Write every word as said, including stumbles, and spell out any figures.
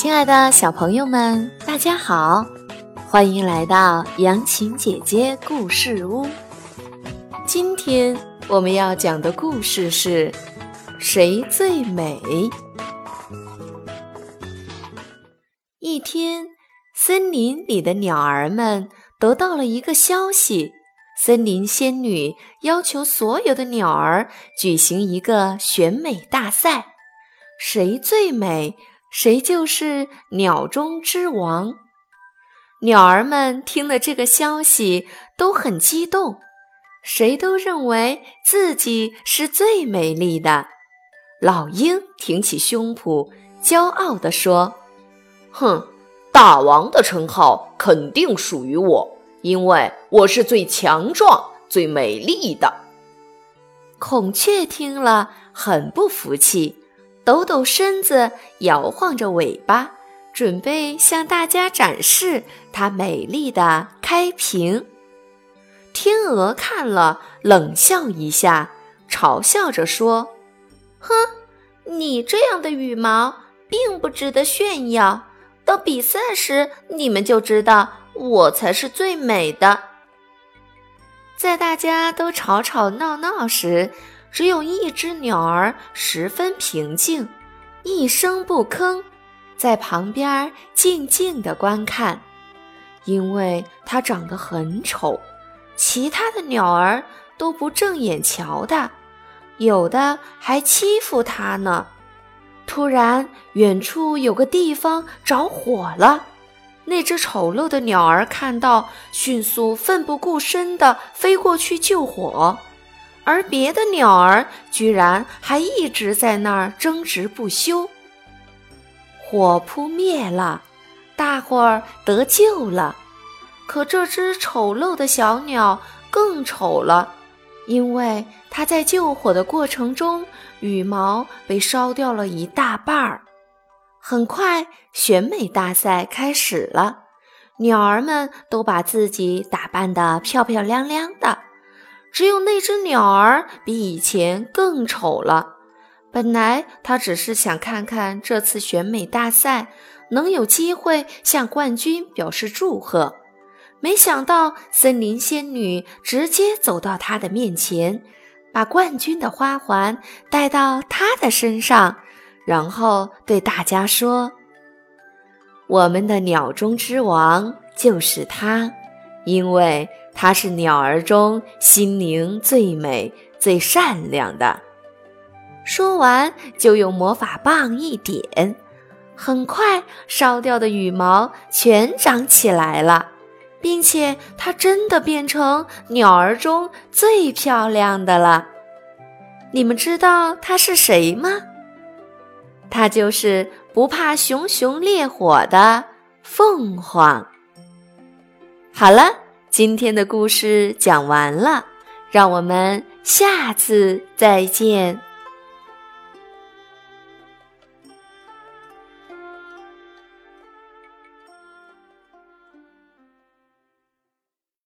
亲爱的小朋友们，大家好，欢迎来到杨琴姐姐故事屋。今天我们要讲的故事是谁最美？一天，森林里的鸟儿们得到了一个消息，森林仙女要求所有的鸟儿举行一个选美大赛，谁最美，谁就是鸟中之王。鸟儿们听了这个消息都很激动，谁都认为自己是最美丽的。老鹰挺起胸脯，骄傲地说：哼，大王的称号肯定属于我，因为我是最强壮、最美丽的。孔雀听了很不服气，抖抖身子，摇晃着尾巴，准备向大家展示它美丽的开屏。天鹅看了，冷笑一下，嘲笑着说：哼，你这样的羽毛并不值得炫耀，到比赛时你们就知道我才是最美的。在大家都吵吵闹闹时，只有一只鸟儿十分平静，一声不吭，在旁边静静地观看。因为它长得很丑，其他的鸟儿都不正眼瞧它，有的还欺负它呢。突然，远处有个地方着火了，那只丑陋的鸟儿看到，迅速奋不顾身地飞过去救火，而别的鸟儿居然还一直在那儿争执不休。火扑灭了，大伙儿得救了。可这只丑陋的小鸟更丑了，因为它在救火的过程中，羽毛被烧掉了一大半儿。很快，选美大赛开始了，鸟儿们都把自己打扮得漂漂亮亮的，只有那只鸟儿比以前更丑了。本来它只是想看看这次选美大赛能有机会向冠军表示祝贺，没想到森林仙女直接走到它的面前，把冠军的花环戴到它的身上，然后对大家说：我们的鸟中之王就是它，因为它是鸟儿中心灵最美、最善良的。说完就用魔法棒一点，很快烧掉的羽毛全长起来了，并且它真的变成鸟儿中最漂亮的了。你们知道它是谁吗？它就是不怕熊熊烈火的凤凰。好了，今天的故事讲完了，让我们下次再见。